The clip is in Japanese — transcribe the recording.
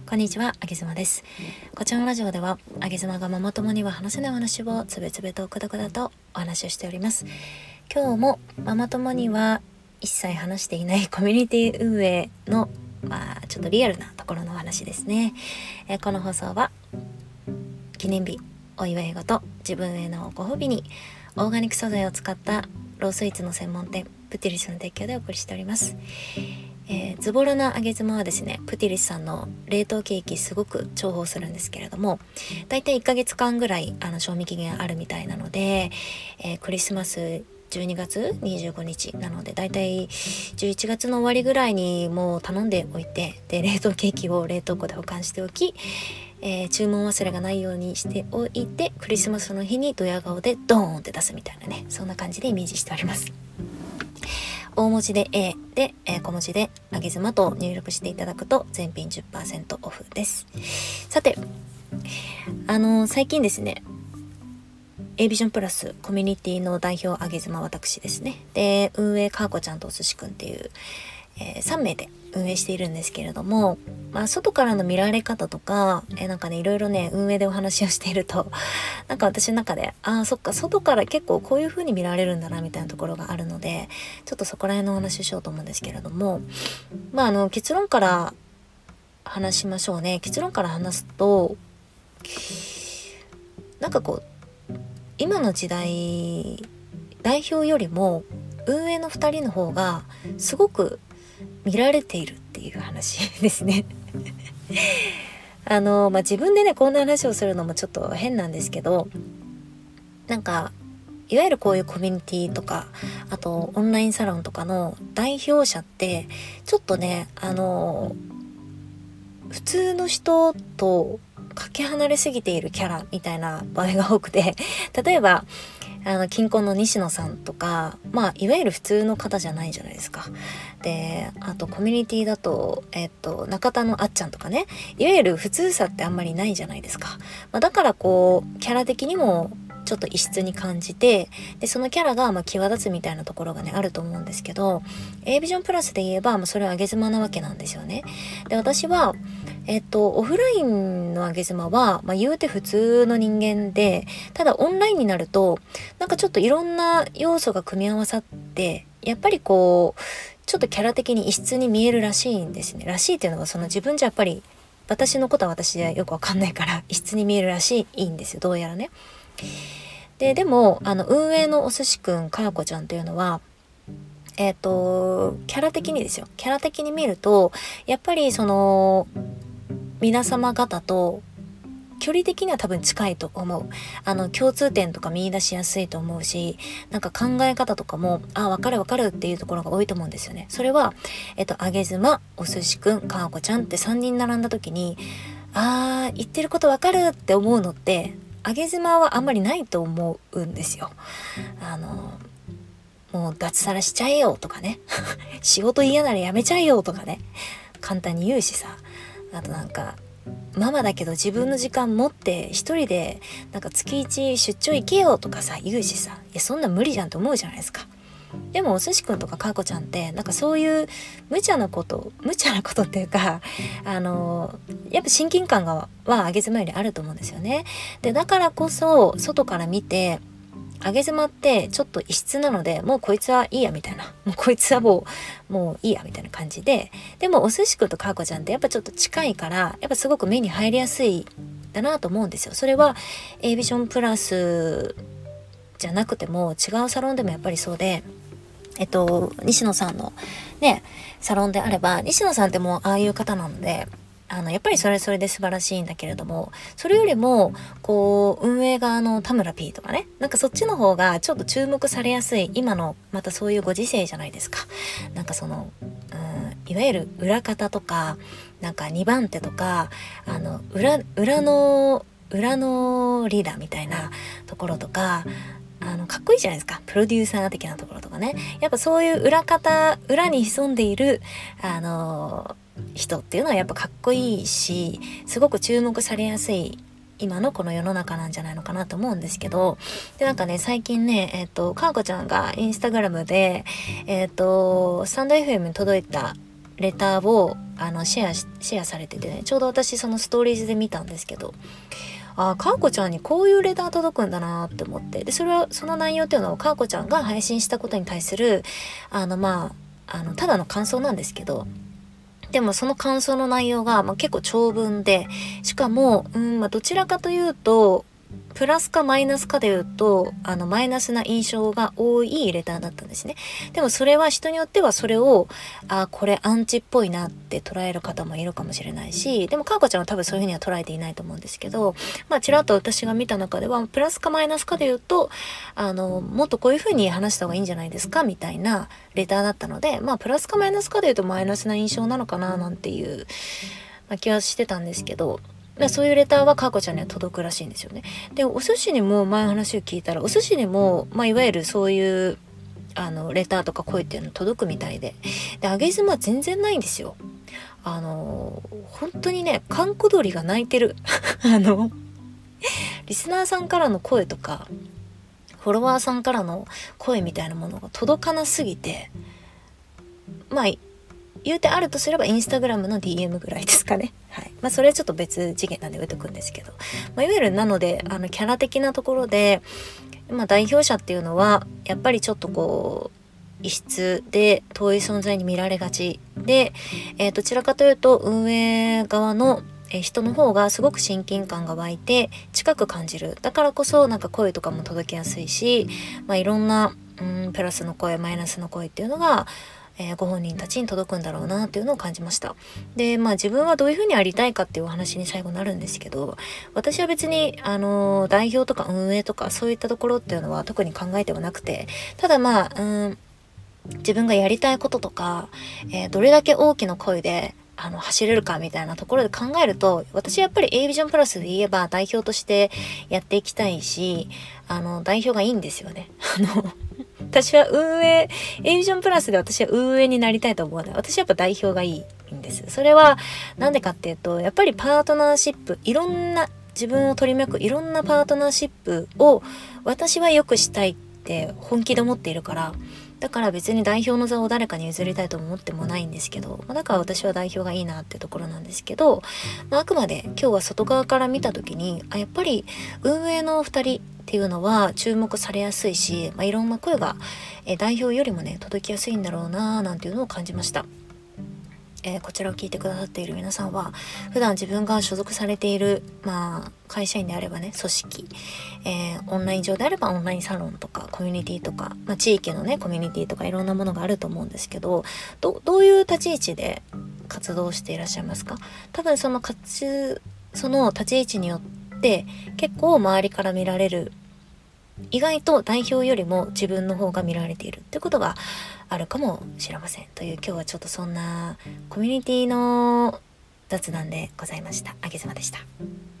こんにちは、あげずまです。こちらのラジオでは、あげずまがママ友には話せない話をつべつべとくだくだとお話をしております。今日もママ友には一切話していないコミュニティ運営のちょっとリアルなところのお話ですね。この放送は記念日、お祝い事、自分へのご褒美にオーガニック素材を使ったロースイーツの専門店プティリスの提供でお送りしております。ズボラなあげ妻はですね、プティリスさんの冷凍ケーキすごく重宝するんですけれども、だいたい1ヶ月間ぐらい賞味期限あるみたいなので、クリスマス12月25日なので、だいたい11月の終わりぐらいにもう頼んでおいて、で冷凍ケーキを冷凍庫で保管しておき、注文忘れがないようにしておいて、クリスマスの日にドヤ顔でドーンって出すみたいなね、そんな感じでイメージしております。大文字で A で、小文字であげずまと入力していただくと全品 10% オフです。さて、最近ですね、A ビジョンプラスコミュニティの代表あげずま私ですね。で、運営かーこちゃんとおすしくんっていう、3名で運営しているんですけれども、外からの見られ方とか、なんかね、いろいろね、運営でお話をしていると、なんか私の中で、そっか、外から結構こういう風に見られるんだな、みたいなところがあるので、ちょっとそこら辺のお話をしようと思うんですけれども、結論から話しましょうね。結論から話すと、なんかこう、今の時代、代表よりも、運営の2人の方が、すごく見られているっていう話ですね。自分でねこんな話をするのもちょっと変なんですけど、なんかいわゆるこういうコミュニティとか、あとオンラインサロンとかの代表者ってちょっとね普通の人とかけ離れすぎているキャラみたいな場合が多くて、例えば近婚の西野さんとか、いわゆる普通の方じゃないじゃないですか。で、あとコミュニティだと、中田のあっちゃんとかね、いわゆる普通さってあんまりないじゃないですか。だからこう、キャラ的にもちょっと異質に感じて、で、そのキャラが際立つみたいなところがね、あると思うんですけど、A ビジョンプラスで言えば、それは上げ妻なわけなんですよね。で、私は、オフラインの上げ妻は、言うて普通の人間で、ただオンラインになると、なんかちょっといろんな要素が組み合わさって、やっぱりこう、ちょっとキャラ的に異質に見えるらしいんですね。らしいっていうのはその自分じゃやっぱり、私のことは私でよくわかんないから異質に見えるらしいんですよ。どうやらね。でも、運営のお寿司くん、かやこちゃんというのは、キャラ的にですよ。キャラ的に見ると、やっぱりその、皆様方と距離的には多分近いと思う。共通点とか見出しやすいと思うし、なんか考え方とかも、わかるわかるっていうところが多いと思うんですよね。それは、あげずま、お寿司くん、かわこちゃんって3人並んだ時に、言ってることわかるって思うのって、あげずまはあんまりないと思うんですよ。もう脱サラしちゃえよとかね。仕事嫌ならやめちゃえよとかね。簡単に言うしさ。あとなんか、ママだけど自分の時間持って一人でなんか月1出張行けよとかさ言うしさ、いやそんな無理じゃんって思うじゃないですか。でもお寿司くんとかかーこちゃんってなんかそういう無茶なことっていうかやっぱ親近感はあげ妻よりあると思うんですよね。でだからこそ外から見てあげ妻ってちょっと異質なので、もうこいつはいいやみたいな。もうこいつはもういいやみたいな感じで。でもお寿司くんとかーこちゃんってやっぱちょっと近いから、やっぱすごく目に入りやすいだなと思うんですよ。それは A ビジョンプラスじゃなくても違うサロンでもやっぱりそうで、西野さんのね、サロンであれば、西野さんってもうああいう方なので、やっぱりそれで素晴らしいんだけれども、それよりも、こう、運営側の田村 P とかね、なんかそっちの方がちょっと注目されやすい、今の、またそういうご時世じゃないですか。なんかその、いわゆる裏方とか、なんか2番手とか、裏のリーダーみたいなところとか、かっこいいじゃないですか。プロデューサー的なところとかね。やっぱそういう裏に潜んでいる、人っていうのはやっぱかっこいいし、すごく注目されやすい今のこの世の中なんじゃないのかなと思うんですけど、でなんかね最近ねかーこちゃんがインスタグラムでスタンド FM に届いたレターをシェアされててね、ちょうど私そのストーリーズで見たんですけど、かーこちゃんにこういうレター届くんだなって思って、でその内容っていうのはかーこちゃんが配信したことに対するただの感想なんですけど、でもその感想の内容が、結構長文で、しかもどちらかというとプラスかマイナスかで言うとマイナスな印象が多いレターだったんですね。でもそれは人によってはそれをこれアンチっぽいなって捉える方もいるかもしれないし、でもかーこちゃんは多分そういうふうには捉えていないと思うんですけど、ちらっと私が見た中ではプラスかマイナスかで言うともっとこういうふうに話した方がいいんじゃないですかみたいなレターだったので、プラスかマイナスかで言うとマイナスな印象なのかななんていう、気はしてたんですけど、そういうレターはかーこちゃんには届くらしいんですよね。でお寿司にも前話を聞いたら、お寿司にも、いわゆるそういうレターとか声っていうの届くみたいで、あげ妻は全然ないんですよ。本当にね、閑古鳥が鳴いてるリスナーさんからの声とかフォロワーさんからの声みたいなものが届かなすぎて、言うてあるとすればインスタグラムの DM ぐらいですかね。はい。それはちょっと別次元なんで置いとくんですけど、いわゆるなのでキャラ的なところで、代表者っていうのはやっぱりちょっとこう異質で遠い存在に見られがちで、どちらかというと運営側の人の方がすごく親近感が湧いて近く感じる。だからこそ声とかも届きやすいし、いろんなプラスの声マイナスの声っていうのがご本人たちに届くんだろうなっていうのを感じました。で自分はどういうふうにありたいかっていうお話に最後なるんですけど、私は別に代表とか運営とかそういったところっていうのは特に考えてはなくて、ただ自分がやりたいこととか、どれだけ大きな声で走れるかみたいなところで考えると、私はやっぱり A ビジョンプラスで言えば代表としてやっていきたいし、代表がいいんですよね。私はA ビジョンプラスで私は運営になりたいと思うので、私はやっぱ代表がいいんです。それはなんでかっていうと、やっぱりパートナーシップ、いろんな自分を取り巻くいろんなパートナーシップを私は良くしたいって本気で思っているから、だから別に代表の座を誰かに譲りたいと思ってもないんですけど、だから私は代表がいいなってところなんですけど、あくまで今日は外側から見た時にやっぱり運営の2人っていうのは注目されやすいし、いろんな声が代表よりもね届きやすいんだろうななんていうのを感じました。こちらを聞いてくださっている皆さんは普段自分が所属されている、会社員であればね組織、オンライン上であればオンラインサロンとかコミュニティとか、地域のねコミュニティとかいろんなものがあると思うんですけど、どういう立ち位置で活動していらっしゃいますか？多分その立ち位置によって結構周りから見られる、意外と代表よりも自分の方が見られているってことがあるかもしれませんという、今日はちょっとそんなコミュニティの雑談でございました。あげずまでした。